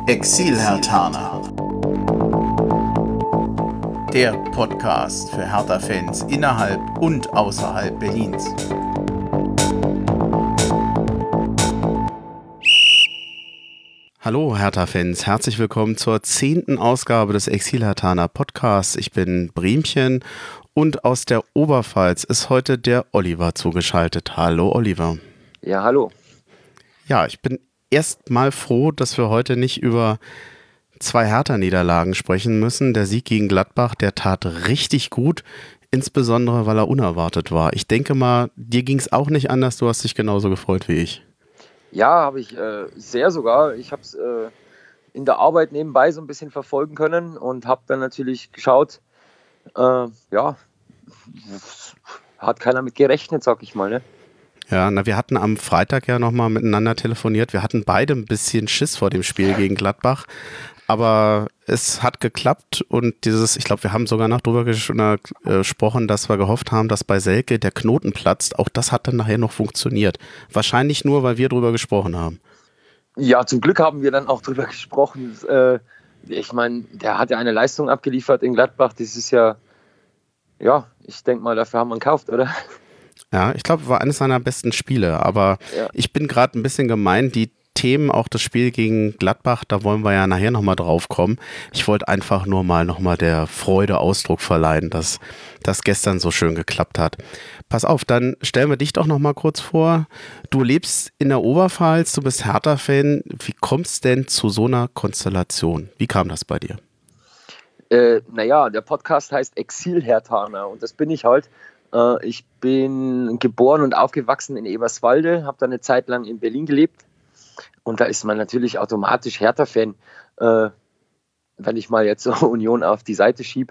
Exil-Herthaner. Der Podcast für Hertha-Fans innerhalb und außerhalb Berlins. Hallo Hertha-Fans, herzlich willkommen zur 10. Ausgabe des Exil-Herthaner Podcasts. Ich bin Bremchen und aus der Oberpfalz ist heute der Oliver zugeschaltet. Hallo Oliver. Ja, hallo. Ja, ich bin erstmal froh, dass wir heute nicht über 2 Hertha-Niederlagen sprechen müssen. Der Sieg gegen Gladbach, der tat richtig gut, insbesondere weil er unerwartet war. Ich denke mal, dir ging es auch nicht anders, du hast dich genauso gefreut wie ich. Ja, habe ich sehr sogar. Ich habe es in der Arbeit nebenbei so ein bisschen verfolgen können und habe dann natürlich geschaut, ja, hat keiner mit gerechnet, sag ich mal, ne? Ja, wir hatten am Freitag ja nochmal miteinander telefoniert. Wir hatten beide ein bisschen Schiss vor dem Spiel gegen Gladbach, aber es hat geklappt und ich glaube, wir haben sogar noch drüber gesprochen, dass wir gehofft haben, dass bei Selke der Knoten platzt. Auch das hat dann nachher noch funktioniert. Wahrscheinlich nur, weil wir drüber gesprochen haben. Ja, zum Glück haben wir dann auch drüber gesprochen. Ich meine, der hat ja eine Leistung abgeliefert in Gladbach. Das ist ja, ich denke mal, dafür haben wir ihn gekauft, oder? Ja, ich glaube, war eines seiner besten Spiele, aber ja. Ich bin gerade ein bisschen gemein, die Themen, auch das Spiel gegen Gladbach, da wollen wir ja nachher nochmal drauf kommen. Ich wollte einfach nur nochmal der Freude Ausdruck verleihen, dass das gestern so schön geklappt hat. Pass auf, dann stellen wir dich doch nochmal kurz vor. Du lebst in der Oberpfalz, du bist Hertha-Fan. Wie kommst es denn zu so einer Konstellation? Wie kam das bei dir? Der Podcast heißt Exil-Herthaner und das bin ich halt. Ich bin geboren und aufgewachsen in Eberswalde, habe da eine Zeit lang in Berlin gelebt und da ist man natürlich automatisch Hertha-Fan, wenn ich mal jetzt so Union auf die Seite schiebe.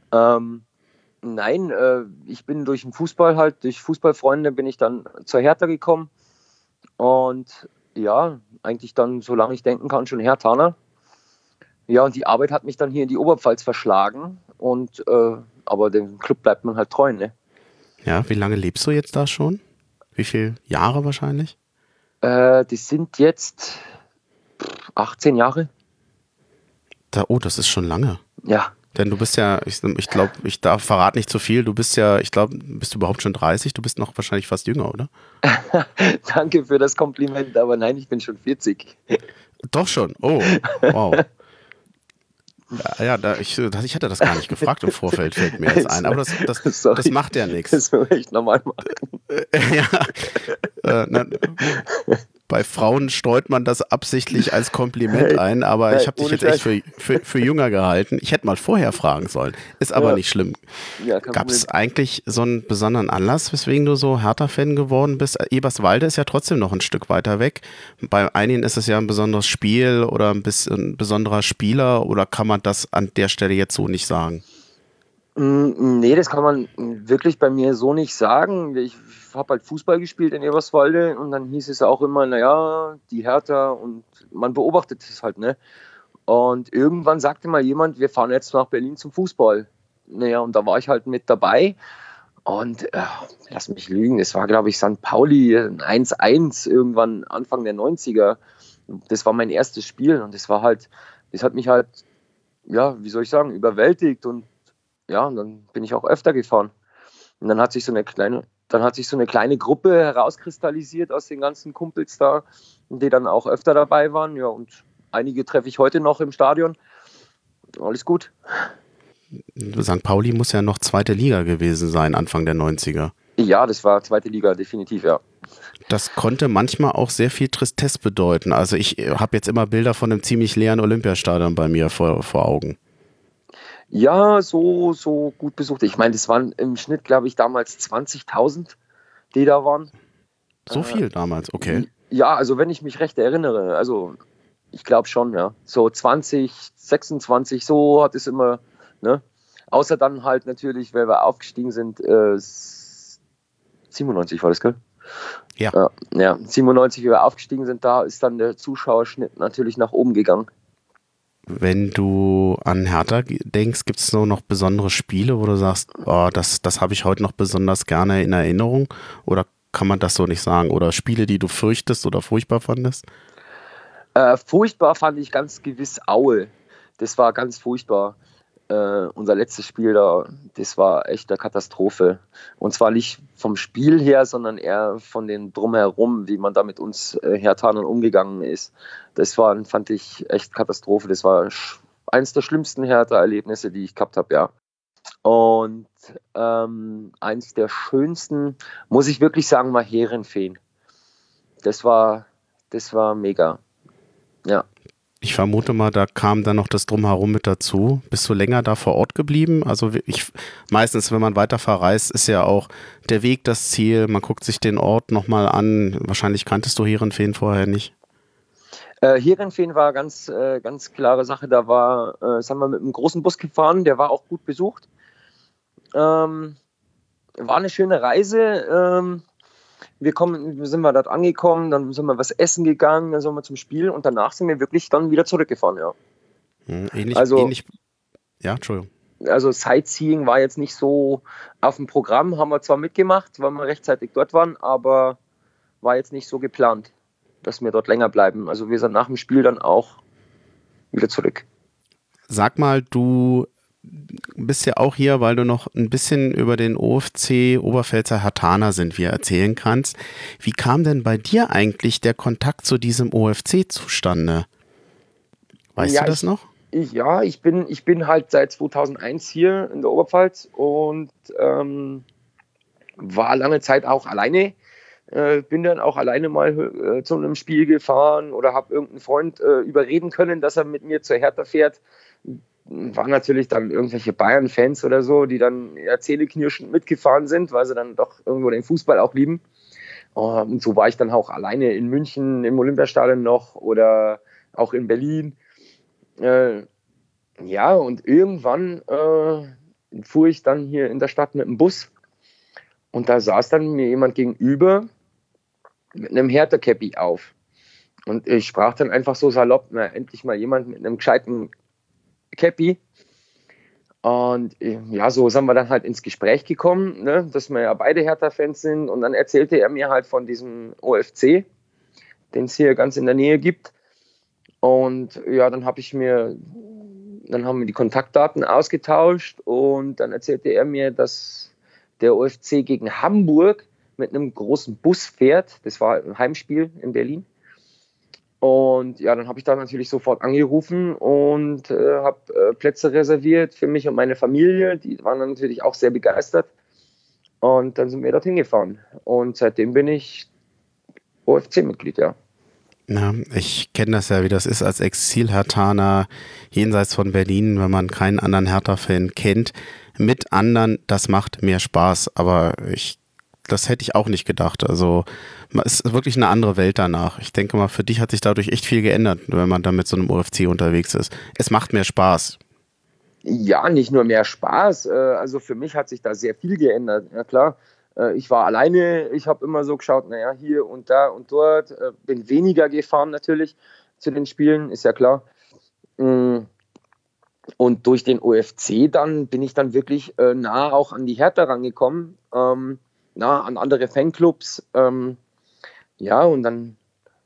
Ich bin durch den Fußball durch Fußballfreunde bin ich dann zur Hertha gekommen und ja, eigentlich dann, solange ich denken kann, schon Herthaner. Ja, und die Arbeit hat mich dann hier in die Oberpfalz verschlagen aber dem Club bleibt man halt treu, ne? Ja, wie lange lebst du jetzt da schon? Wie viele Jahre wahrscheinlich? Das sind jetzt 18 Jahre. Das ist schon lange. Ja. Denn du bist ja, ich glaube, ich darf verrate nicht zu viel, du bist ja, ich glaube, bist du überhaupt schon 30? Du bist noch wahrscheinlich fast jünger, oder? Danke für das Kompliment, aber nein, ich bin schon 40. Doch schon? Oh, wow. Ja, ich hatte das gar nicht gefragt im Vorfeld, fällt mir jetzt ein. Aber das macht ja nichts. Das soll ich nochmal machen. Bei Frauen streut man das absichtlich als Kompliment ein, aber ich habe dich jetzt echt für jünger gehalten. Ich hätte mal vorher fragen sollen. Ist aber nicht schlimm. Ja, gab es eigentlich so einen besonderen Anlass, weswegen du so Hertha-Fan geworden bist? Eberswalde ist ja trotzdem noch ein Stück weiter weg. Bei einigen ist es ja ein besonderes Spiel oder ein besonderer Spieler, oder kann man das an der Stelle jetzt so nicht sagen? Nee, das kann man wirklich bei mir so nicht sagen. Ich habe halt Fußball gespielt in Eberswalde und dann hieß es auch immer, die Hertha, und man beobachtet es halt, ne? Und irgendwann sagte mal jemand, wir fahren jetzt nach Berlin zum Fußball. Naja, und da war ich halt mit dabei und lass mich lügen, es war, glaube ich, St. Pauli 1-1 irgendwann Anfang der 90er. Das war mein erstes Spiel und das hat mich halt, wie soll ich sagen, überwältigt und ja, und dann bin ich auch öfter gefahren. Und dann hat sich so eine kleine Gruppe herauskristallisiert aus den ganzen Kumpels da, die dann auch öfter dabei waren. Ja, und einige treffe ich heute noch im Stadion. Alles gut. St. Pauli muss ja noch 2. Liga gewesen sein, Anfang der 90er. Ja, das war 2. Liga, definitiv, ja. Das konnte manchmal auch sehr viel Tristesse bedeuten. Also ich habe jetzt immer Bilder von einem ziemlich leeren Olympiastadion bei mir vor Augen. Ja, so gut besucht. Ich meine, das waren im Schnitt, glaube ich, damals 20.000, die da waren. So viel damals, okay. Ja, also wenn ich mich recht erinnere, also ich glaube schon, ja. So 20, 26, so hat es immer, ne? Außer dann halt natürlich, weil wir aufgestiegen sind, 97 war das, gell? Ja. 97, wie wir aufgestiegen sind, da ist dann der Zuschauerschnitt natürlich nach oben gegangen. Wenn du an Hertha denkst, gibt es noch besondere Spiele, wo du sagst, das habe ich heute noch besonders gerne in Erinnerung? Oder kann man das so nicht sagen? Oder Spiele, die du fürchtest oder furchtbar fandest? Furchtbar fand ich ganz gewiss Aue. Das war ganz furchtbar. Unser letztes Spiel da, das war echt eine Katastrophe. Und zwar nicht vom Spiel her, sondern eher von den Drumherum, wie man da mit uns Herthanern umgegangen ist. Fand ich echt Katastrophe. Das war eins der schlimmsten Hertha-Erlebnisse, die ich gehabt habe, ja. Und eins der schönsten, muss ich wirklich sagen, war Heerenveen. Das war mega. Ja. Ich vermute mal, da kam dann noch das Drumherum mit dazu. Bist du länger da vor Ort geblieben? Also meistens, wenn man weiter verreist, ist ja auch der Weg das Ziel. Man guckt sich den Ort nochmal an. Wahrscheinlich kanntest du Heerenveen vorher nicht. Heerenveen war ganz klare Sache. Da sind wir mit einem großen Bus gefahren, der war auch gut besucht. War eine schöne Reise. Sind wir dort angekommen, dann sind wir was essen gegangen, dann sind wir zum Spiel und danach sind wir wirklich dann wieder zurückgefahren, ja. Ähnlich. Ja, Entschuldigung. Also Sightseeing war jetzt nicht so auf dem Programm, haben wir zwar mitgemacht, weil wir rechtzeitig dort waren, aber war jetzt nicht so geplant, dass wir dort länger bleiben. Also wir sind nach dem Spiel dann auch wieder zurück. Sag mal, du bist ja auch hier, weil du noch ein bisschen über den OFC Oberpfälzer Herthaner sind, wir erzählen kannst. Wie kam denn bei dir eigentlich der Kontakt zu diesem OFC zustande? Weißt du das noch? Ich bin halt seit 2001 hier in der Oberpfalz und war lange Zeit auch alleine. Bin dann auch alleine mal zu einem Spiel gefahren oder habe irgendeinen Freund überreden können, dass er mit mir zur Hertha fährt. Waren natürlich dann irgendwelche Bayern-Fans oder so, die dann eher zähneknirschend mitgefahren sind, weil sie dann doch irgendwo den Fußball auch lieben. Und so war ich dann auch alleine in München im Olympiastadion noch oder auch in Berlin. Ja, und irgendwann fuhr ich dann hier in der Stadt mit dem Bus und da saß dann mir jemand gegenüber mit einem Hertha-Käppi auf. Und ich sprach dann einfach so salopp, endlich mal jemand mit einem gescheiten Käppi. Und ja, so sind wir dann halt ins Gespräch gekommen, ne, dass wir ja beide Hertha-Fans sind. Und dann erzählte er mir halt von diesem OFC, den es hier ganz in der Nähe gibt. Und ja, dann haben wir die Kontaktdaten ausgetauscht und dann erzählte er mir, dass der OFC gegen Hamburg mit einem großen Bus fährt. Das war ein Heimspiel in Berlin. Und ja, dann habe ich da natürlich sofort angerufen und habe Plätze reserviert für mich und meine Familie. Die waren dann natürlich auch sehr begeistert. Und dann sind wir dorthin gefahren. Und seitdem bin ich OFC-Mitglied, ja. Ja, ich kenne das ja, wie das ist als Exil-Herthaner jenseits von Berlin, wenn man keinen anderen Hertha-Fan kennt. Mit anderen, das macht mehr Spaß, aber das hätte ich auch nicht gedacht. Also es ist wirklich eine andere Welt danach. Ich denke mal, für dich hat sich dadurch echt viel geändert, wenn man da mit so einem OFC unterwegs ist. Es macht mehr Spaß. Ja, nicht nur mehr Spaß. Also für mich hat sich da sehr viel geändert. Ja klar, ich war alleine. Ich habe immer so geschaut, naja, hier und da und dort. Bin weniger gefahren natürlich zu den Spielen, ist ja klar. Und durch den OFC dann bin ich dann wirklich nah auch an die Hertha rangekommen. Nah an andere Fanclubs. Ja, und dann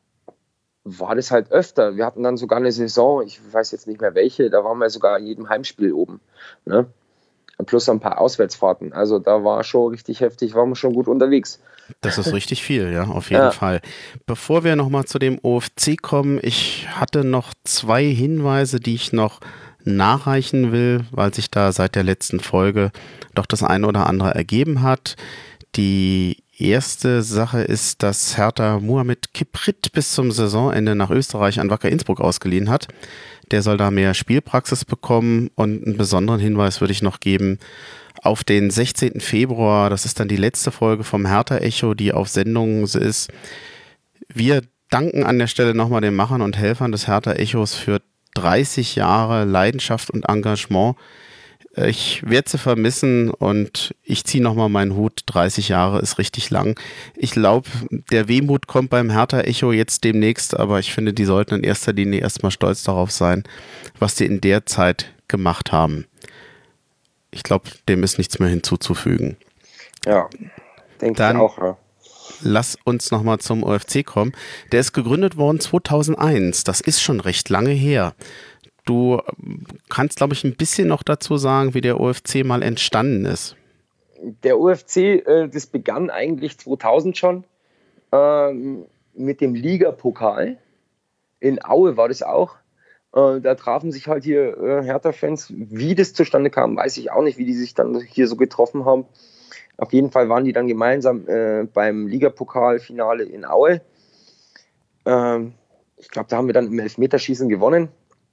war das halt öfter. Wir hatten dann sogar eine Saison, ich weiß jetzt nicht mehr welche, da waren wir sogar in jedem Heimspiel oben. Ne? Plus ein paar Auswärtsfahrten. Also da war schon richtig heftig, waren wir schon gut unterwegs. Das ist richtig viel, ja, auf jeden Fall. Bevor wir nochmal zu dem OFC kommen, ich hatte noch 2 Hinweise, die ich noch nachreichen will, weil sich da seit der letzten Folge doch das eine oder andere ergeben hat. Die erste Sache ist, dass Hertha Muhammed Kiprit bis zum Saisonende nach Österreich an Wacker Innsbruck ausgeliehen hat. Der soll da mehr Spielpraxis bekommen und einen besonderen Hinweis würde ich noch geben auf den 16. Februar, das ist dann die letzte Folge vom Hertha-Echo, die auf Sendung ist. Wir danken an der Stelle nochmal den Machern und Helfern des Hertha-Echos für 30 Jahre Leidenschaft und Engagement. Ich werde sie vermissen und ich ziehe nochmal meinen Hut. 30 Jahre ist richtig lang. Ich glaube, der Wehmut kommt beim Hertha-Echo jetzt demnächst, aber ich finde, die sollten in erster Linie erstmal stolz darauf sein, was die in der Zeit gemacht haben. Ich glaube, dem ist nichts mehr hinzuzufügen. Ja, denke ich auch. Ja. lass uns nochmal zum OFC kommen. Der ist gegründet worden 2001. Das ist schon recht lange her. Du kannst, glaube ich, ein bisschen noch dazu sagen, wie der OFC mal entstanden ist. Der OFC, das begann eigentlich 2000 schon mit dem Ligapokal. In Aue war das auch. Da trafen sich halt hier Hertha-Fans. Wie das zustande kam, weiß ich auch nicht, wie die sich dann hier so getroffen haben. Auf jeden Fall waren die dann gemeinsam beim Ligapokalfinale in Aue. Ich glaube, da haben wir dann im Elfmeterschießen gewonnen.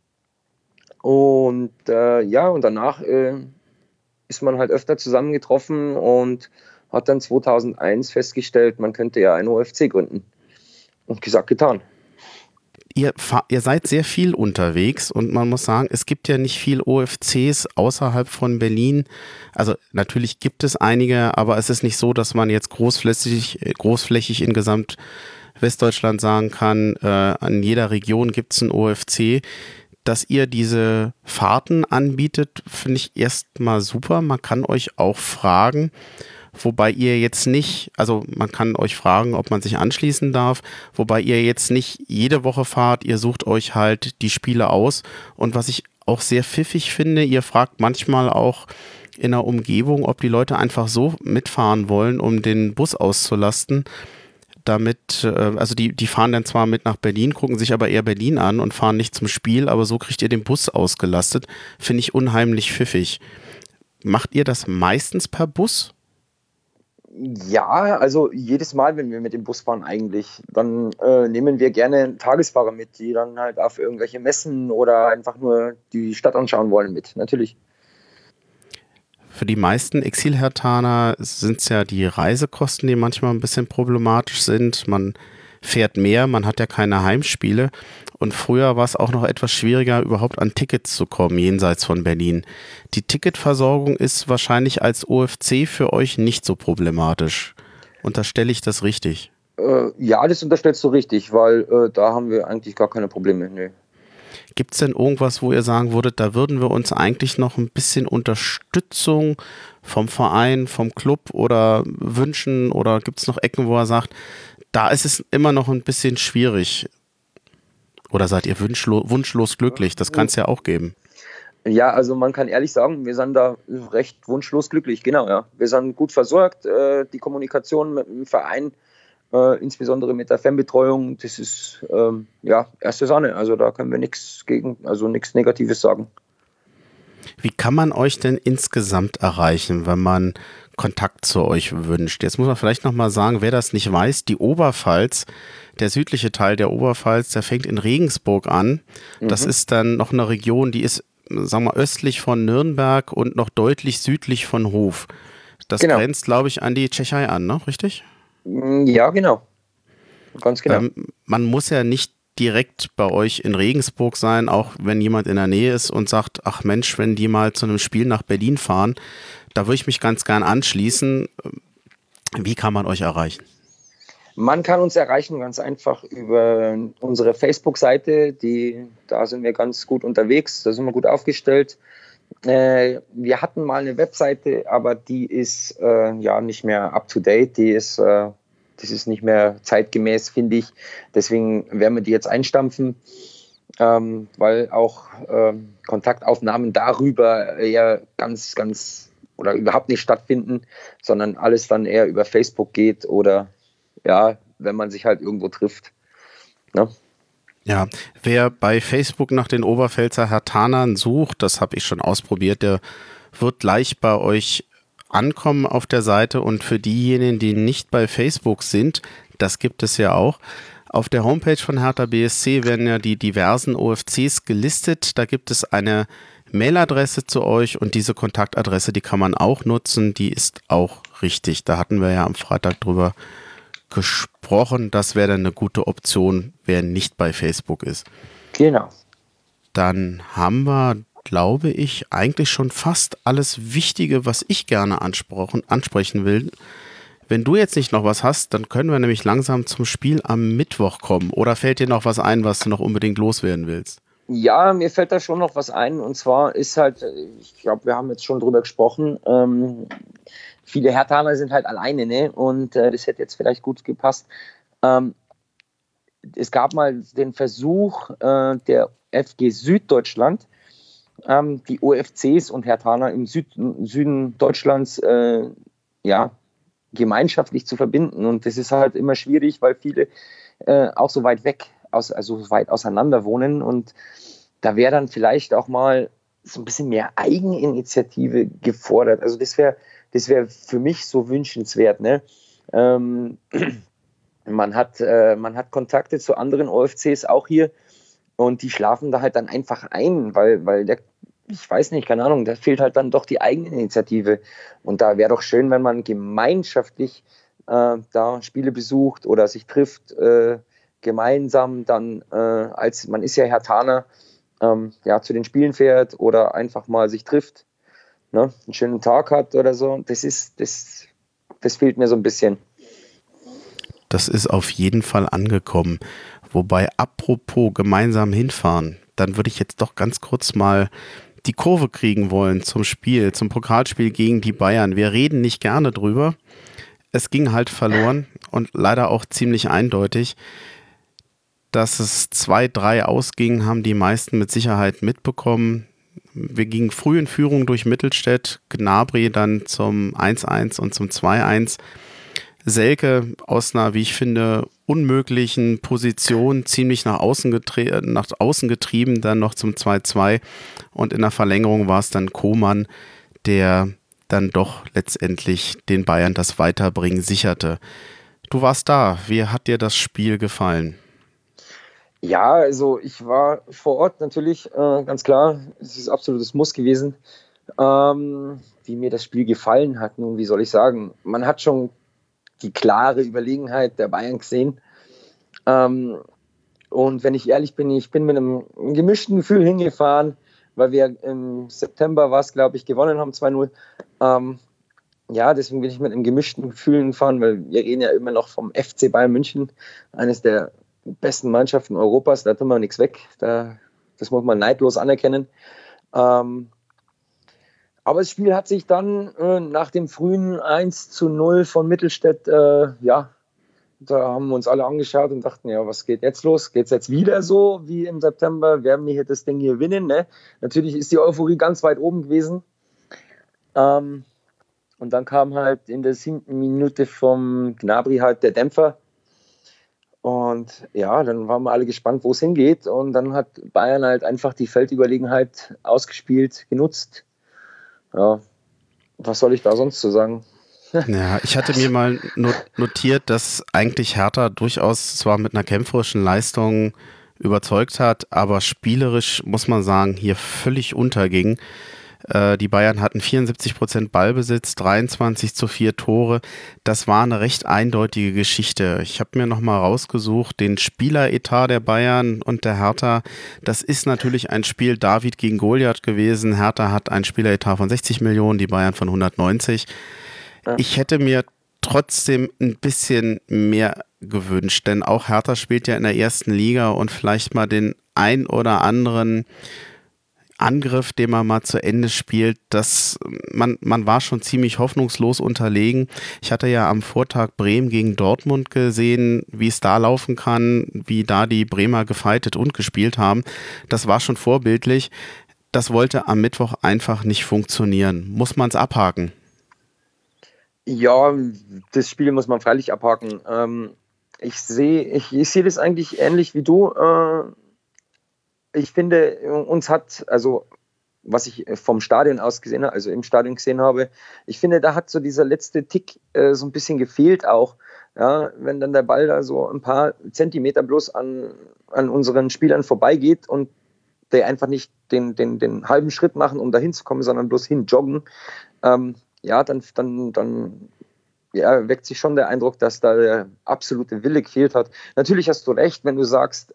Und und danach ist man halt öfter zusammengetroffen und hat dann 2001 festgestellt, man könnte ja einen OFC gründen. Und gesagt, getan. Ihr seid sehr viel unterwegs und man muss sagen, es gibt ja nicht viel OFCs außerhalb von Berlin. Also natürlich gibt es einige, aber es ist nicht so, dass man jetzt großflächig in Gesamt Westdeutschland sagen kann, an jeder Region gibt es einen OFC. Dass ihr diese Fahrten anbietet, finde ich erstmal super. Man kann euch auch fragen, wobei ihr jetzt nicht, also man kann euch fragen, ob man sich anschließen darf, wobei ihr jetzt nicht jede Woche fahrt, ihr sucht euch halt die Spiele aus. Und was ich auch sehr pfiffig finde, ihr fragt manchmal auch in der Umgebung, ob die Leute einfach so mitfahren wollen, um den Bus auszulasten. Also die fahren dann zwar mit nach Berlin, gucken sich aber eher Berlin an und fahren nicht zum Spiel, aber so kriegt ihr den Bus ausgelastet. Finde ich unheimlich pfiffig. Macht ihr das meistens per Bus? Ja, also jedes Mal, wenn wir mit dem Bus fahren eigentlich, dann nehmen wir gerne Tagesfahrer mit, die dann halt auf irgendwelche Messen oder einfach nur die Stadt anschauen wollen mit, natürlich. Für die meisten Exil-Herthaner sind es ja die Reisekosten, die manchmal ein bisschen problematisch sind. Man fährt mehr, man hat ja keine Heimspiele. Und früher war es auch noch etwas schwieriger, überhaupt an Tickets zu kommen, jenseits von Berlin. Die Ticketversorgung ist wahrscheinlich als OFC für euch nicht so problematisch. Unterstelle ich das richtig? Ja, das unterstellst du richtig, weil da haben wir eigentlich gar keine Probleme. Nee. Gibt es denn irgendwas, wo ihr sagen würdet, da würden wir uns eigentlich noch ein bisschen Unterstützung vom Verein, vom Club oder wünschen? Oder gibt es noch Ecken, wo er sagt, da ist es immer noch ein bisschen schwierig? Oder seid ihr wunschlos glücklich? Das kann es ja auch geben. Ja, also man kann ehrlich sagen, wir sind da recht wunschlos glücklich, genau, ja. Wir sind gut versorgt, die Kommunikation mit dem Verein, insbesondere mit der Fanbetreuung, das ist erste Sahne. Also da können wir nichts Negatives sagen. Wie kann man euch denn insgesamt erreichen, wenn man Kontakt zu euch wünscht? Jetzt muss man vielleicht nochmal sagen, wer das nicht weiß, die Oberpfalz, der südliche Teil der Oberpfalz, der fängt in Regensburg an. Das ist dann noch eine Region, die ist, sagen wir, östlich von Nürnberg und noch deutlich südlich von Hof. Das grenzt, glaube ich, an die Tschechei an, ne? Richtig? Ja, genau. Ganz genau. Man muss ja nicht direkt bei euch in Regensburg sein, auch wenn jemand in der Nähe ist und sagt, ach Mensch, wenn die mal zu einem Spiel nach Berlin fahren, da würde ich mich ganz gern anschließen. Wie kann man euch erreichen? Man kann uns erreichen ganz einfach über unsere Facebook-Seite, da sind wir ganz gut unterwegs, da sind wir gut aufgestellt. Wir hatten mal eine Webseite, aber die ist nicht mehr up-to-date, das ist nicht mehr zeitgemäß, finde ich. Deswegen werden wir die jetzt einstampfen, weil auch Kontaktaufnahmen darüber eher ganz, ganz oder überhaupt nicht stattfinden, sondern alles dann eher über Facebook geht oder wenn man sich halt irgendwo trifft. Ne? Ja, wer bei Facebook nach den Oberpfälzer Herthanern sucht, das habe ich schon ausprobiert, der wird gleich bei euch ankommen auf der Seite. Und für diejenigen, die nicht bei Facebook sind, das gibt es ja auch, auf der Homepage von Hertha BSC werden ja die diversen OFCs gelistet. Da gibt es eine Mailadresse zu euch und diese Kontaktadresse, die kann man auch nutzen, die ist auch richtig. Da hatten wir ja am Freitag drüber gesprochen, das wäre dann eine gute Option, wer nicht bei Facebook ist. Genau. Dann haben wir, glaube ich, eigentlich schon fast alles Wichtige, was ich gerne ansprechen will. Wenn du jetzt nicht noch was hast, dann können wir nämlich langsam zum Spiel am Mittwoch kommen. Oder fällt dir noch was ein, was du noch unbedingt loswerden willst? Ja, mir fällt da schon noch was ein. Und zwar ist halt, ich glaube, wir haben jetzt schon drüber gesprochen, viele Herthaner sind halt alleine, ne? Und das hätte jetzt vielleicht gut gepasst. Es gab mal den Versuch der FG Süddeutschland, die OFCs und Herthaner im Süden Deutschlands gemeinschaftlich zu verbinden. Und das ist halt immer schwierig, weil viele auch so weit weg, also weit auseinander wohnen. Und da wäre dann vielleicht auch mal so ein bisschen mehr Eigeninitiative gefordert. Also das wäre für mich so wünschenswert. Ne? Man hat Kontakte zu anderen OFCs auch hier und die schlafen da halt dann einfach ein, weil ich weiß nicht, keine Ahnung, da fehlt halt dann doch die Eigeninitiative. Und da wäre doch schön, wenn man gemeinschaftlich da Spiele besucht oder sich trifft, gemeinsam dann, als man ist ja Herthaner, zu den Spielen fährt oder einfach mal sich trifft, ne, einen schönen Tag hat oder so. Das fehlt mir so ein bisschen. Das ist auf jeden Fall angekommen. Wobei, apropos gemeinsam hinfahren, dann würde ich jetzt doch ganz kurz mal die Kurve kriegen wollen zum Pokalspiel gegen die Bayern. Wir reden nicht gerne drüber. Es ging halt verloren und leider auch ziemlich eindeutig. Dass es 2-3 ausging, haben die meisten mit Sicherheit mitbekommen. Wir gingen früh in Führung durch Mittelstädt, Gnabry dann zum 1-1 und zum 2-1. Selke aus einer, wie ich finde, unmöglichen Position ziemlich nach außen getrieben, dann noch zum 2-2 und in der Verlängerung war es dann Koman, der dann doch letztendlich den Bayern das Weiterbringen sicherte. Du warst da, wie hat dir das Spiel gefallen? Ja, also ich war vor Ort natürlich, ganz klar, es ist absolutes Muss gewesen, wie mir das Spiel gefallen hat. Nun, wie soll ich sagen, man hat schon die klare Überlegenheit der Bayern gesehen. Und wenn ich ehrlich bin, ich bin mit einem gemischten Gefühl hingefahren, weil wir im September glaube ich, gewonnen haben, 2-0. Deswegen bin ich mit einem gemischten Gefühl hingefahren, weil wir reden ja immer noch vom FC Bayern München, eines der besten Mannschaften Europas, da tun wir nichts weg. Das muss man neidlos anerkennen. Aber das Spiel hat sich dann nach dem frühen 1-0 von Mittelstädt, da haben wir uns alle angeschaut und dachten, ja, was geht jetzt los? Geht es jetzt wieder so wie im September? Werden wir hier das Ding hier gewinnen? Ne? Natürlich ist die Euphorie ganz weit oben gewesen. Und dann kam halt in der 7. Minute vom Gnabry halt der Dämpfer. Und ja, dann waren wir alle gespannt, wo es hingeht. Und dann hat Bayern halt einfach die Feldüberlegenheit ausgespielt, genutzt. Ja, was soll ich da sonst zu sagen? Ja, ich hatte mir mal notiert, dass eigentlich Hertha durchaus zwar mit einer kämpferischen Leistung überzeugt hat, aber spielerisch, muss man sagen, hier völlig unterging. Die Bayern hatten 74% Ballbesitz, 23:4 Tore. Das war eine recht eindeutige Geschichte. Ich habe mir nochmal rausgesucht, den Spieleretat der Bayern und der Hertha. Das ist natürlich ein Spiel David gegen Goliath gewesen. Hertha hat ein Spieleretat von 60 Millionen, die Bayern von 190. Ich hätte mir trotzdem ein bisschen mehr gewünscht, denn auch Hertha spielt ja in der ersten Liga und vielleicht mal den ein oder anderen Angriff, den man mal zu Ende spielt, man war schon ziemlich hoffnungslos unterlegen. Ich hatte ja am Vortag Bremen gegen Dortmund gesehen, wie es da laufen kann, wie da die Bremer gefightet und gespielt haben. Das war schon vorbildlich. Das wollte am Mittwoch einfach nicht funktionieren. Muss man es abhaken? Ja, das Spiel muss man freilich abhaken. Ich sehe das eigentlich ähnlich wie du. Ich finde, also was ich vom Stadion aus gesehen habe, also im Stadion gesehen habe, ich finde, da hat so dieser letzte Tick so ein bisschen gefehlt auch. Ja, wenn dann der Ball da so ein paar Zentimeter bloß an unseren Spielern vorbeigeht und der einfach nicht den halben Schritt machen, um da hinzukommen, sondern bloß hinjoggen, dann weckt sich schon der Eindruck, dass da der absolute Wille gefehlt hat. Natürlich hast du recht, wenn du sagst,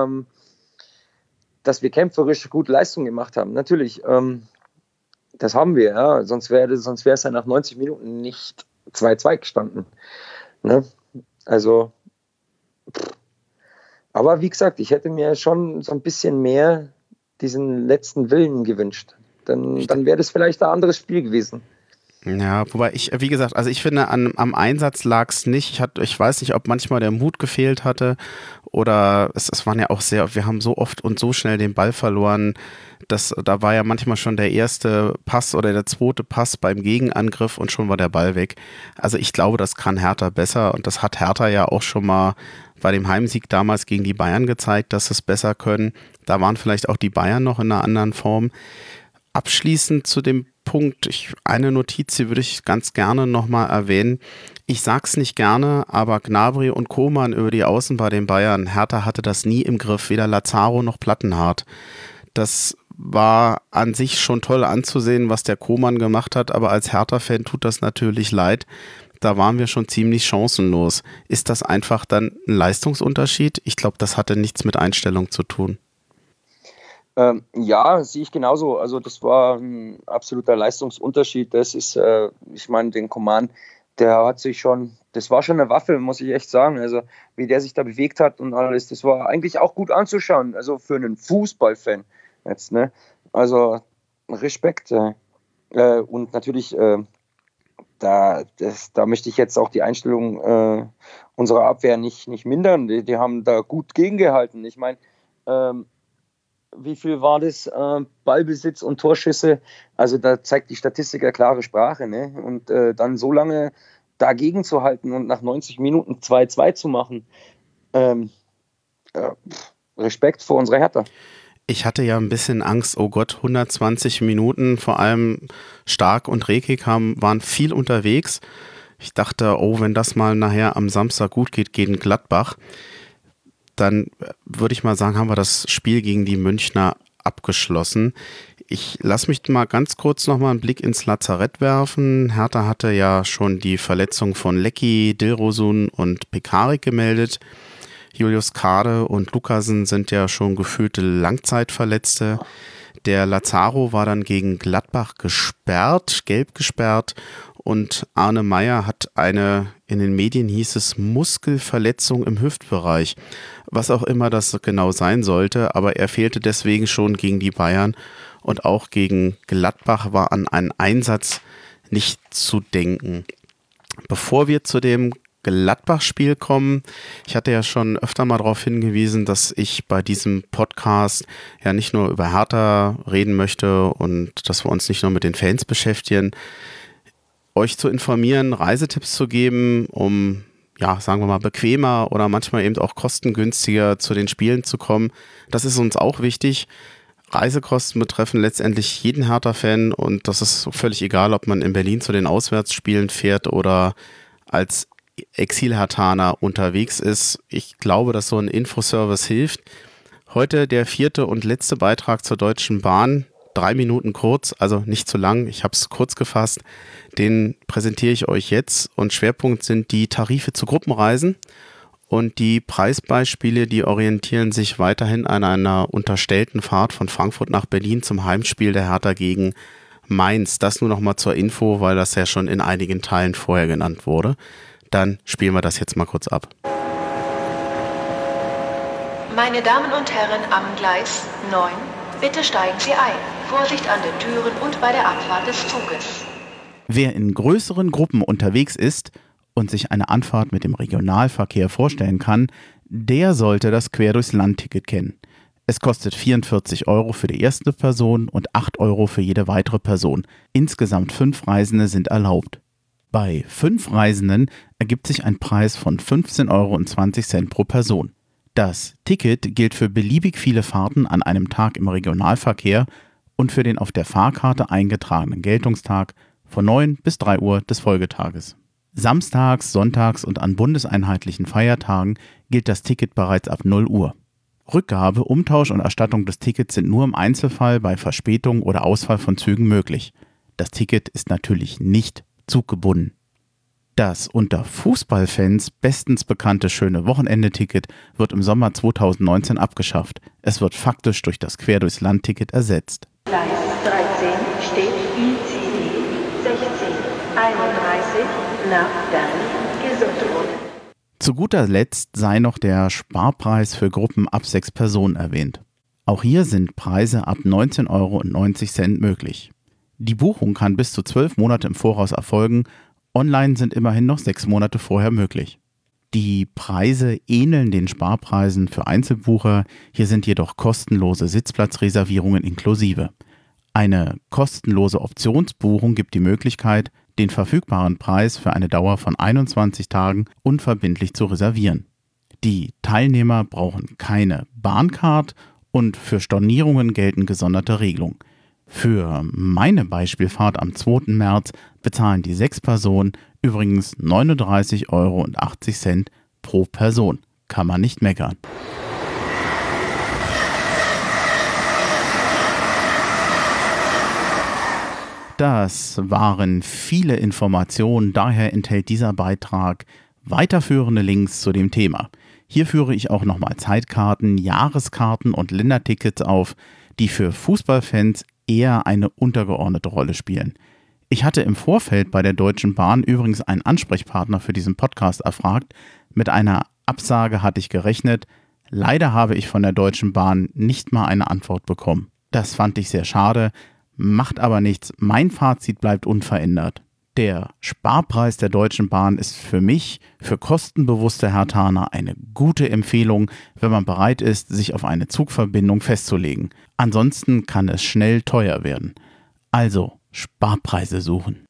dass wir kämpferisch gute Leistung gemacht haben. Natürlich, das haben wir, ja. Sonst wäre es ja nach 90 Minuten nicht 2-2 gestanden. Ne? Also, aber wie gesagt, ich hätte mir schon so ein bisschen mehr diesen letzten Willen gewünscht. Dann wäre das vielleicht ein anderes Spiel gewesen. Ja, wobei wie gesagt, also ich finde, am Einsatz lag es nicht. Ich weiß nicht, ob manchmal der Mut gefehlt hatte oder es waren ja auch wir haben so oft und so schnell den Ball verloren, da war ja manchmal schon der erste Pass oder der zweite Pass beim Gegenangriff und schon war der Ball weg. Also ich glaube, das kann Hertha besser und das hat Hertha ja auch schon mal bei dem Heimsieg damals gegen die Bayern gezeigt, dass sie es besser können. Da waren vielleicht auch die Bayern noch in einer anderen Form. Abschließend zu dem Punkt, eine Notiz, die würde ich ganz gerne nochmal erwähnen. Ich sag's nicht gerne, aber Gnabry und Koman über die Außen bei den Bayern, Hertha hatte das nie im Griff, weder Lazaro noch Plattenhardt. Das war an sich schon toll anzusehen, was der Koman gemacht hat, aber als Hertha-Fan tut das natürlich leid. Da waren wir schon ziemlich chancenlos. Ist das einfach dann ein Leistungsunterschied? Ich glaube, das hatte nichts mit Einstellung zu tun. Ja, sehe ich genauso. Also das war ein absoluter Leistungsunterschied. Das ist, ich meine, den Coman, der hat sich schon, das war schon eine Waffe, muss ich echt sagen. Also wie der sich da bewegt hat und alles, das war eigentlich auch gut anzuschauen. Also für einen Fußballfan jetzt, ne? Also Respekt. Und natürlich, da möchte ich jetzt auch die Einstellung unserer Abwehr nicht mindern. Die haben da gut gegengehalten. Ich meine, wie viel war das? Ballbesitz und Torschüsse. Also da zeigt die Statistik ja klare Sprache. Ne? Und dann so lange dagegen zu halten und nach 90 Minuten 2-2 zu machen. Respekt vor unserer Hertha. Ich hatte ja ein bisschen Angst, oh Gott, 120 Minuten, vor allem Stark und Rekik waren viel unterwegs. Ich dachte, oh, wenn das mal nachher am Samstag gut geht gegen Gladbach, dann würde ich mal sagen, haben wir das Spiel gegen die Münchner abgeschlossen. Ich lasse mich mal ganz kurz nochmal einen Blick ins Lazarett werfen. Hertha hatte ja schon die Verletzung von Leckie, Dilrosun und Pekarik gemeldet. Julius Kade und Lukasen sind ja schon gefühlte Langzeitverletzte. Der Lazaro war dann gegen Gladbach gelb gesperrt. Und Arne Meyer hat in den Medien hieß es, Muskelverletzung im Hüftbereich. Was auch immer das genau sein sollte, aber er fehlte deswegen schon gegen die Bayern und auch gegen Gladbach war an einen Einsatz nicht zu denken. Bevor wir zu dem Gladbach-Spiel kommen, ich hatte ja schon öfter mal darauf hingewiesen, dass ich bei diesem Podcast ja nicht nur über Hertha reden möchte und dass wir uns nicht nur mit den Fans beschäftigen, euch zu informieren, Reisetipps zu geben, um, ja, sagen wir mal, bequemer oder manchmal eben auch kostengünstiger zu den Spielen zu kommen. Das ist uns auch wichtig. Reisekosten betreffen letztendlich jeden Hertha-Fan und das ist völlig egal, ob man in Berlin zu den Auswärtsspielen fährt oder als Exil-Herthaner unterwegs ist. Ich glaube, dass so ein Infoservice hilft. Heute der 4. und letzte Beitrag zur Deutschen Bahn. 3 Minuten kurz, also nicht zu lang. Ich habe es kurz gefasst. Den präsentiere ich euch jetzt und Schwerpunkt sind die Tarife zu Gruppenreisen und die Preisbeispiele, die orientieren sich weiterhin an einer unterstellten Fahrt von Frankfurt nach Berlin zum Heimspiel der Hertha gegen Mainz. Das nur noch mal zur Info, weil das ja schon in einigen Teilen vorher genannt wurde. Dann spielen wir das jetzt mal kurz ab. Meine Damen und Herren am Gleis 9, bitte steigen Sie ein. Vorsicht an den Türen und bei der Abfahrt des Zuges. Wer in größeren Gruppen unterwegs ist und sich eine Anfahrt mit dem Regionalverkehr vorstellen kann, der sollte das Quer-durchs-Land-Ticket kennen. Es kostet 44 € für die erste Person und 8 € für jede weitere Person. Insgesamt 5 Reisende sind erlaubt. Bei 5 Reisenden ergibt sich ein Preis von 15,20 € pro Person. Das Ticket gilt für beliebig viele Fahrten an einem Tag im Regionalverkehr und für den auf der Fahrkarte eingetragenen Geltungstag von 9 bis 3 Uhr des Folgetages. Samstags, sonntags und an bundeseinheitlichen Feiertagen gilt das Ticket bereits ab 0 Uhr. Rückgabe, Umtausch und Erstattung des Tickets sind nur im Einzelfall bei Verspätung oder Ausfall von Zügen möglich. Das Ticket ist natürlich nicht zuggebunden. Das unter Fußballfans bestens bekannte schöne Wochenende-Ticket wird im Sommer 2019 abgeschafft. Es wird faktisch durch das Quer-durchs-Land-Ticket ersetzt. Gleis 13 steht ICE 1631 nach Bern-Gesundrun. Zu guter Letzt sei noch der Sparpreis für Gruppen ab 6 Personen erwähnt. Auch hier sind Preise ab 19,90 € möglich. Die Buchung kann bis zu 12 Monate im Voraus erfolgen. Online sind immerhin noch 6 Monate vorher möglich. Die Preise ähneln den Sparpreisen für Einzelbucher, hier sind jedoch kostenlose Sitzplatzreservierungen inklusive. Eine kostenlose Optionsbuchung gibt die Möglichkeit, den verfügbaren Preis für eine Dauer von 21 Tagen unverbindlich zu reservieren. Die Teilnehmer brauchen keine Bahncard und für Stornierungen gelten gesonderte Regelungen. Für meine Beispielfahrt am 2. März bezahlen die 6 Personen übrigens 39,80 € pro Person. Kann man nicht meckern. Das waren viele Informationen, daher enthält dieser Beitrag weiterführende Links zu dem Thema. Hier führe ich auch nochmal Zeitkarten, Jahreskarten und Ländertickets auf, die für Fußballfans eher eine untergeordnete Rolle spielen. Ich hatte im Vorfeld bei der Deutschen Bahn übrigens einen Ansprechpartner für diesen Podcast erfragt. Mit einer Absage hatte ich gerechnet. Leider habe ich von der Deutschen Bahn nicht mal eine Antwort bekommen. Das fand ich sehr schade, macht aber nichts. Mein Fazit bleibt unverändert. Der Sparpreis der Deutschen Bahn ist für mich, für kostenbewusste Herthaner, eine gute Empfehlung, wenn man bereit ist, sich auf eine Zugverbindung festzulegen. Ansonsten kann es schnell teuer werden. Also Sparpreise suchen.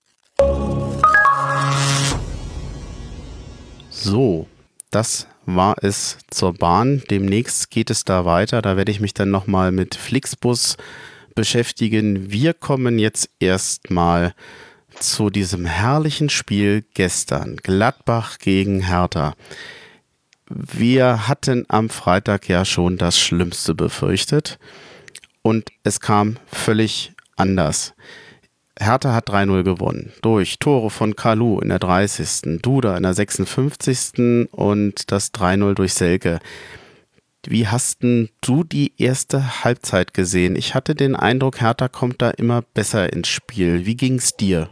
So, das war es zur Bahn. Demnächst geht es da weiter. Da werde ich mich dann nochmal mit Flixbus beschäftigen. Wir kommen jetzt erstmal zu diesem herrlichen Spiel gestern. Gladbach gegen Hertha. Wir hatten am Freitag ja schon das Schlimmste befürchtet und es kam völlig anders. Hertha hat 3-0 gewonnen durch Tore von Kalou in der 30., Duda in der 56. und das 3-0 durch Selke. Wie hast denn du die erste Halbzeit gesehen? Ich hatte den Eindruck, Hertha kommt da immer besser ins Spiel. Wie ging es dir?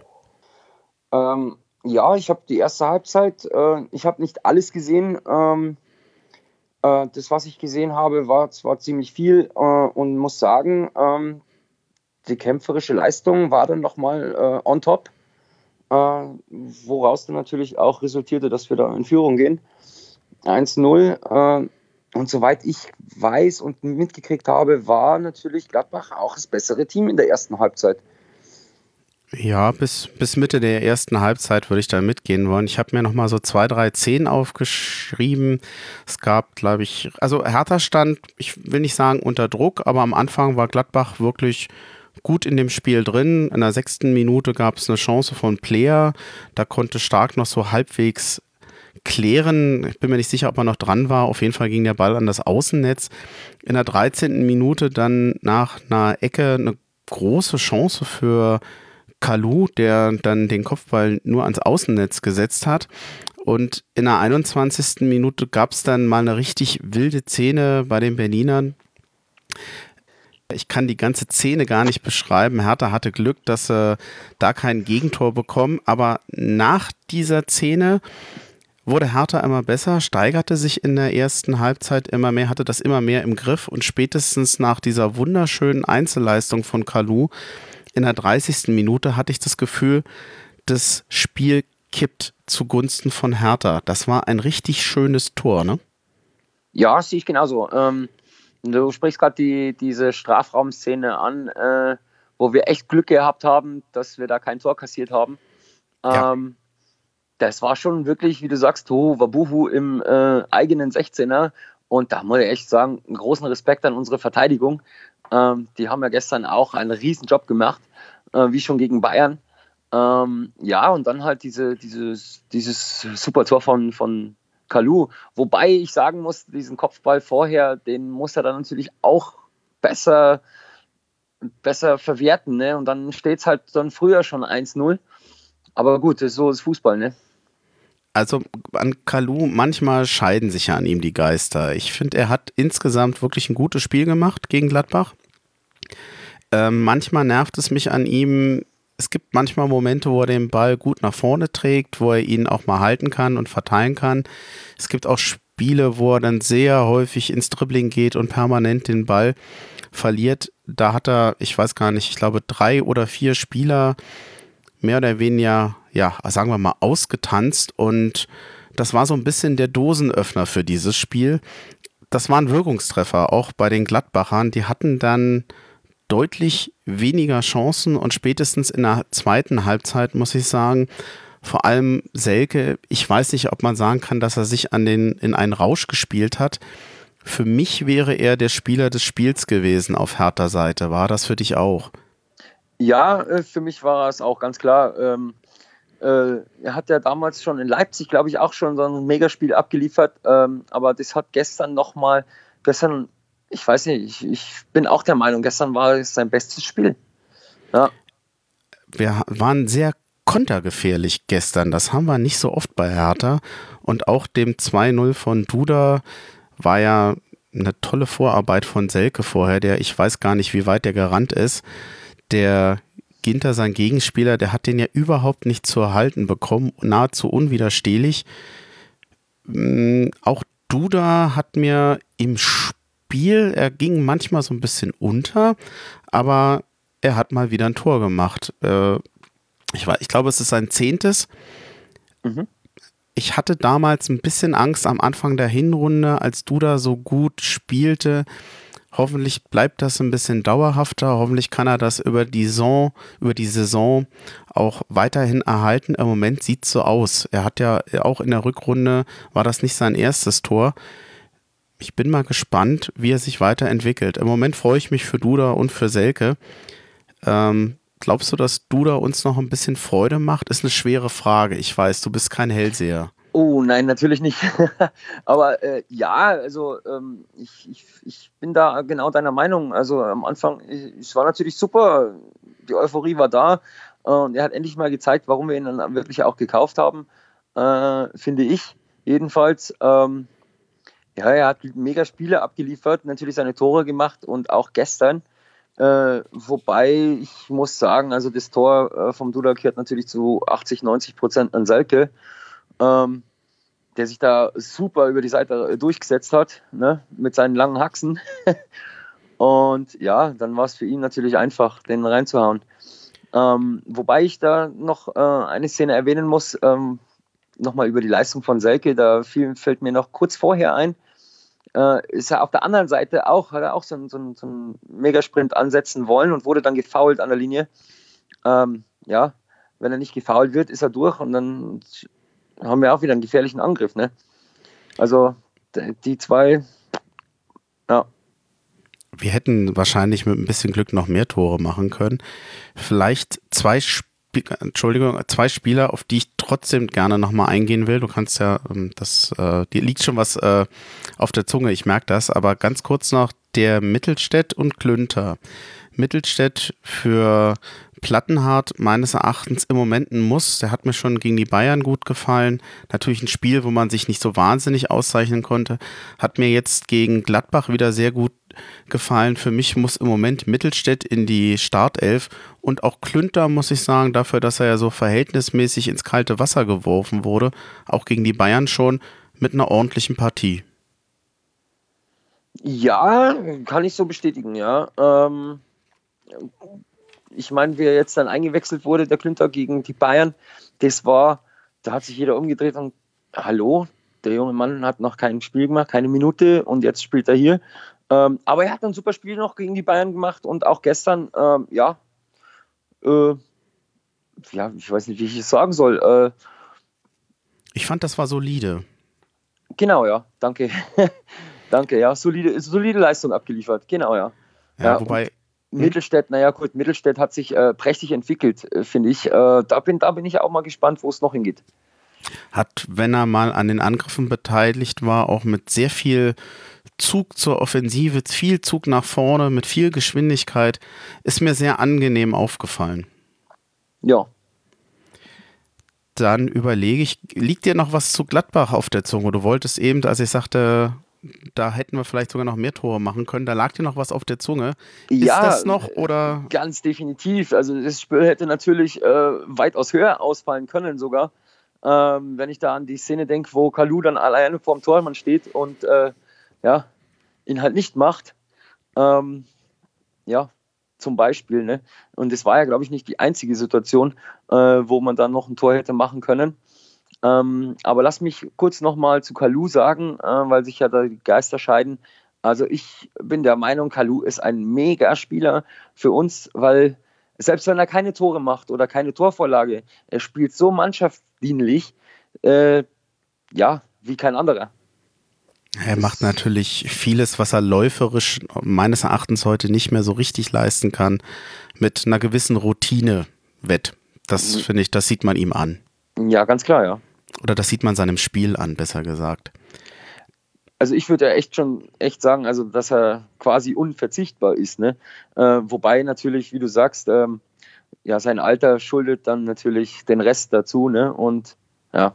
Ja, ich habe die erste Halbzeit, ich habe nicht alles gesehen. Das, was ich gesehen habe, war zwar ziemlich viel und muss sagen, die kämpferische Leistung war dann nochmal on top, woraus dann natürlich auch resultierte, dass wir da in Führung gehen. 1-0. Und soweit ich weiß und mitgekriegt habe, war natürlich Gladbach auch das bessere Team in der ersten Halbzeit. Ja, bis Mitte der ersten Halbzeit würde ich da mitgehen wollen. Ich habe mir nochmal so 2, 3 Szenen aufgeschrieben. Es gab, glaube ich, also Hertha stand, ich will nicht sagen unter Druck, aber am Anfang war Gladbach wirklich gut in dem Spiel drin. In der 6. Minute gab es eine Chance von Player. Da konnte Stark noch so halbwegs klären. Ich bin mir nicht sicher, ob er noch dran war. Auf jeden Fall ging der Ball an das Außennetz. In der 13. Minute dann nach einer Ecke eine große Chance für Kalou, der dann den Kopfball nur ans Außennetz gesetzt hat. Und in der 21. Minute gab es dann mal eine richtig wilde Szene bei den Berlinern. Ich kann die ganze Szene gar nicht beschreiben. Hertha hatte Glück, dass sie da kein Gegentor bekommen. Aber nach dieser Szene wurde Hertha immer besser, steigerte sich in der ersten Halbzeit immer mehr, hatte das immer mehr im Griff. Und spätestens nach dieser wunderschönen Einzelleistung von Kalou in der 30. Minute hatte ich das Gefühl, das Spiel kippt zugunsten von Hertha. Das war ein richtig schönes Tor, ne? Ja, sehe ich genauso. Du sprichst gerade diese Strafraumszene an, wo wir echt Glück gehabt haben, dass wir da kein Tor kassiert haben. Ja. Das war schon wirklich, wie du sagst, Tohu Wabuhu im eigenen 16er. Und da muss ich echt sagen, einen großen Respekt an unsere Verteidigung. Die haben ja gestern auch einen riesen Job gemacht, wie schon gegen Bayern. Ja, und dann halt dieses super Tor von Kalou. Wobei ich sagen muss, diesen Kopfball vorher, den muss er dann natürlich auch besser verwerten. Ne? Und dann steht es halt dann früher schon 1-0. Aber gut, so ist Fußball, ne? Also an Kalou, manchmal scheiden sich ja an ihm die Geister. Ich finde, er hat insgesamt wirklich ein gutes Spiel gemacht gegen Gladbach. Manchmal nervt es mich an ihm. Es gibt manchmal Momente, wo er den Ball gut nach vorne trägt, wo er ihn auch mal halten kann und verteilen kann. Es gibt auch Spiele, wo er dann sehr häufig ins Dribbling geht und permanent den Ball verliert, da hat er, ich weiß gar nicht, ich glaube 3 oder 4 Spieler mehr oder weniger, ja, sagen wir mal, ausgetanzt und das war so ein bisschen der Dosenöffner für dieses Spiel. Das waren Wirkungstreffer, auch bei den Gladbachern. Die hatten dann deutlich weniger Chancen und spätestens in der zweiten Halbzeit, muss ich sagen, vor allem Selke, ich weiß nicht, ob man sagen kann, dass er sich in einen Rausch gespielt hat. Für mich wäre er der Spieler des Spiels gewesen auf Hertha Seite. War das für dich auch? Ja, für mich war es auch ganz klar. Er hat ja damals schon in Leipzig, glaube ich, auch schon so ein Megaspiel abgeliefert. Aber das hat gestern, ich weiß nicht, ich bin auch der Meinung, gestern war es sein bestes Spiel. Ja. Wir waren sehr kontergefährlich gestern. Das haben wir nicht so oft bei Hertha. Und auch dem 2-0 von Duda war ja eine tolle Vorarbeit von Selke vorher, ich weiß gar nicht, wie weit der gerannt ist. Der Ginter, sein Gegenspieler, der hat den ja überhaupt nicht zu erhalten bekommen, nahezu unwiderstehlich. Auch Duda hat mir im Spiel, er ging manchmal so ein bisschen unter, aber er hat mal wieder ein Tor gemacht. Ich glaube, es ist sein 10. Ich hatte damals ein bisschen Angst am Anfang der Hinrunde, als Duda so gut spielte. Hoffentlich bleibt das ein bisschen dauerhafter. Hoffentlich kann er das über die Saison auch weiterhin erhalten. Im Moment sieht es so aus. Er hat ja auch in der Rückrunde, war das nicht sein erstes Tor. Ich bin mal gespannt, wie er sich weiterentwickelt. Im Moment freue ich mich für Duda und für Selke. Glaubst du, dass Duda uns noch ein bisschen Freude macht? Ist eine schwere Frage. Ich weiß, du bist kein Hellseher. Oh nein, natürlich nicht. Aber ja, also ich bin da genau deiner Meinung. Also am Anfang, es war natürlich super, die Euphorie war da und er hat endlich mal gezeigt, warum wir ihn dann wirklich auch gekauft haben, finde ich jedenfalls. Ja, er hat mega Spiele abgeliefert, natürlich seine Tore gemacht und auch gestern. Wobei ich muss sagen, also das Tor vom Duda gehört natürlich zu 80-90% an Selke. Der sich da super über die Seite durchgesetzt hat, ne, mit seinen langen Haxen. Und ja, dann war es für ihn natürlich einfach, den reinzuhauen. Wobei ich da noch eine Szene erwähnen muss, nochmal über die Leistung von Selke, fällt mir noch kurz vorher ein, ist er auf der anderen Seite hat er auch so einen Megasprint ansetzen wollen und wurde dann gefoult an der Linie. Ja, wenn er nicht gefoult wird, ist er durch und dann haben wir auch wieder einen gefährlichen Angriff, ne? Also die zwei, ja. Wir hätten wahrscheinlich mit ein bisschen Glück noch mehr Tore machen können. Vielleicht zwei Spieler, auf die ich trotzdem gerne nochmal eingehen will. Du kannst ja, dir liegt schon was auf der Zunge, ich merke das, aber ganz kurz noch der Mittelstädt und Klünter. Mittelstädt für Plattenhardt meines Erachtens im Moment ein Muss. Der hat mir schon gegen die Bayern gut gefallen. Natürlich ein Spiel, wo man sich nicht so wahnsinnig auszeichnen konnte. Hat mir jetzt gegen Gladbach wieder sehr gut gefallen. Für mich muss im Moment Mittelstädt in die Startelf und auch Klünter, muss ich sagen, dafür, dass er ja so verhältnismäßig ins kalte Wasser geworfen wurde, auch gegen die Bayern schon mit einer ordentlichen Partie. Ja, kann ich so bestätigen, ja. Ich meine, wie er jetzt dann eingewechselt wurde, der Klünter gegen die Bayern, da hat sich jeder umgedreht und hallo, der junge Mann hat noch kein Spiel gemacht, keine Minute und jetzt spielt er hier. Aber er hat ein super Spiel noch gegen die Bayern gemacht und auch gestern, ich weiß nicht, wie ich es sagen soll. Ich fand, das war solide. Genau, ja, danke. Danke, ja, solide Leistung abgeliefert, genau, ja. Ja, wobei... Mittelstädt, Mittelstädt hat sich prächtig entwickelt, finde ich. Da bin ich auch mal gespannt, wo es noch hingeht. Hat, wenn er mal an den Angriffen beteiligt war, auch mit sehr viel Zug zur Offensive, viel Zug nach vorne, mit viel Geschwindigkeit, ist mir sehr angenehm aufgefallen. Ja. Dann überlege ich, liegt dir noch was zu Gladbach auf der Zunge? Du wolltest eben, als ich sagte, da hätten wir vielleicht sogar noch mehr Tore machen können. Da lag dir noch was auf der Zunge. Ja, ist das noch oder? Ganz definitiv. Also das Spiel hätte natürlich weitaus höher ausfallen können sogar. Wenn ich da an die Szene denke, wo Kalou dann alleine vorm Tormann steht und ihn halt nicht macht. Ja, zum Beispiel, ne? Und es war ja, glaube ich, nicht die einzige Situation, wo man dann noch ein Tor hätte machen können. Aber lass mich kurz nochmal zu Kalou sagen, weil sich ja da die Geister scheiden. Also ich bin der Meinung, Kalou ist ein Mega-Spieler für uns, weil selbst wenn er keine Tore macht oder keine Torvorlage, er spielt so mannschaftsdienlich, ja, wie kein anderer. Er macht natürlich vieles, was er läuferisch meines Erachtens heute nicht mehr so richtig leisten kann, mit einer gewissen Routine wett. Das finde ich, das sieht man ihm an. Ja, ganz klar, ja. Oder das sieht man seinem Spiel an, besser gesagt. Also ich würde ja echt sagen, also dass er quasi unverzichtbar ist, ne? Wobei natürlich, wie du sagst, ja, sein Alter schuldet dann natürlich den Rest dazu, ne? Und ja.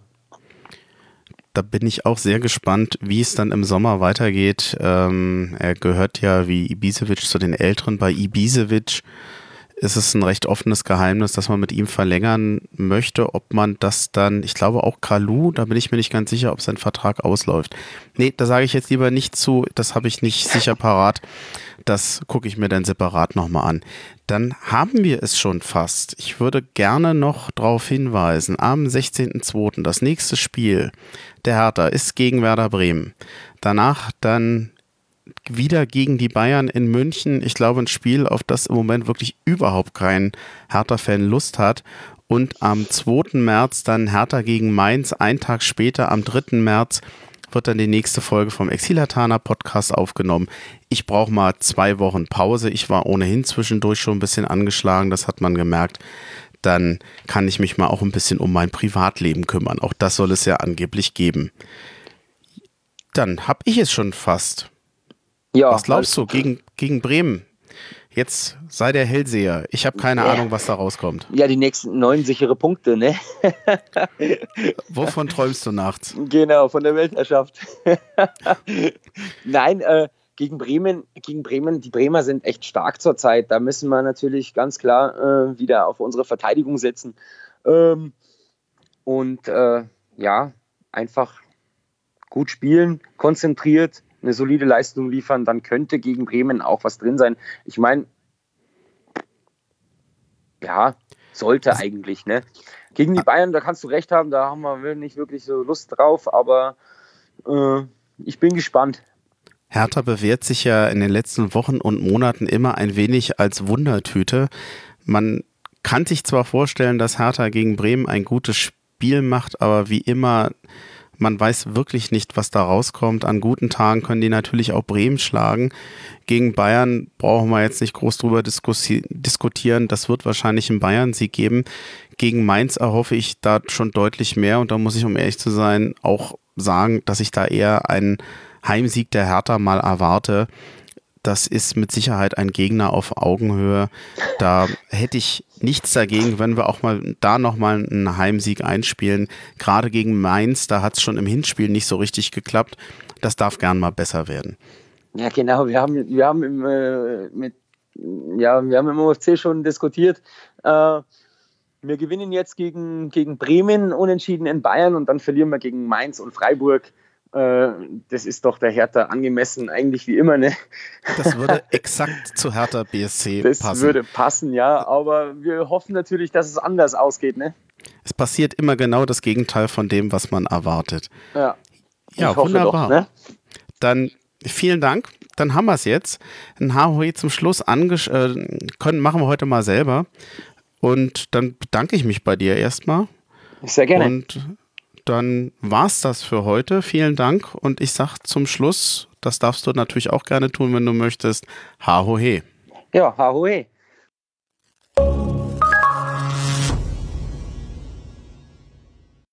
Da bin ich auch sehr gespannt, wie es dann im Sommer weitergeht. Er gehört ja wie Ibišević zu den Älteren. Bei Ibišević ist es ein recht offenes Geheimnis, dass man mit ihm verlängern möchte. Ob man das dann, ich glaube auch Kalou, da bin ich mir nicht ganz sicher, ob sein Vertrag ausläuft. Nee, da sage ich jetzt lieber nicht zu, das habe ich nicht sicher parat. Das gucke ich mir dann separat nochmal an. Dann haben wir es schon fast. Ich würde gerne noch darauf hinweisen, am 16.02. das nächste Spiel der Hertha ist gegen Werder Bremen. Danach dann wieder gegen die Bayern in München. Ich glaube, ein Spiel, auf das im Moment wirklich überhaupt kein Hertha-Fan Lust hat. Und am 2. März dann Hertha gegen Mainz. Einen Tag später, am 3. März, wird dann die nächste Folge vom Exil-Hatana Podcast aufgenommen. Ich brauche mal 2 Wochen Pause. Ich war ohnehin zwischendurch schon ein bisschen angeschlagen, das hat man gemerkt. Dann kann ich mich mal auch ein bisschen um mein Privatleben kümmern. Auch das soll es ja angeblich geben. Dann habe ich es schon fast. Ja, was glaubst du gegen Bremen? Jetzt sei der Hellseher. Ich habe keine Ahnung, was da rauskommt. Ja, die nächsten 9 sichere Punkte, ne? Wovon träumst du nachts? Genau, von der Weltherrschaft. Nein, gegen Bremen, die Bremer sind echt stark zurzeit. Da müssen wir natürlich ganz klar wieder auf unsere Verteidigung setzen. Ja, einfach gut spielen, konzentriert, eine solide Leistung liefern, dann könnte gegen Bremen auch was drin sein. Ich meine, ja, sollte eigentlich, ne? Gegen die Bayern, da kannst du recht haben, da haben wir nicht wirklich so Lust drauf, aber ich bin gespannt. Hertha bewährt sich ja in den letzten Wochen und Monaten immer ein wenig als Wundertüte. Man kann sich zwar vorstellen, dass Hertha gegen Bremen ein gutes Spiel macht, aber wie immer, man weiß wirklich nicht, was da rauskommt. An guten Tagen können die natürlich auch Bremen schlagen. Gegen Bayern brauchen wir jetzt nicht groß drüber diskutieren. Das wird wahrscheinlich einen Bayern-Sieg geben. Gegen Mainz erhoffe ich da schon deutlich mehr. Und da muss ich, um ehrlich zu sein, auch sagen, dass ich da eher einen Heimsieg der Hertha mal erwarte. Das ist mit Sicherheit ein Gegner auf Augenhöhe. Da hätte ich nichts dagegen, wenn wir auch mal da nochmal einen Heimsieg einspielen. Gerade gegen Mainz, da hat es schon im Hinspiel nicht so richtig geklappt. Das darf gern mal besser werden. Ja, genau. Wir haben im OFC schon diskutiert. Wir gewinnen jetzt gegen Bremen, unentschieden in Bayern und dann verlieren wir gegen Mainz und Freiburg. Das ist doch der Hertha angemessen, eigentlich wie immer, ne? Das würde exakt zu Hertha BSC passen. Das würde passen, ja, aber wir hoffen natürlich, dass es anders ausgeht, ne? Es passiert immer genau das Gegenteil von dem, was man erwartet. Ja, wunderbar. Doch, ne? Dann vielen Dank, dann haben wir es jetzt. Ein HOE zum Schluss machen wir heute mal selber. Und dann bedanke ich mich bei dir erstmal. Sehr gerne. Und dann war's das für heute. Vielen Dank und ich sag zum Schluss, das darfst du natürlich auch gerne tun, wenn du möchtest, Hahohe. Ja, Hahohe.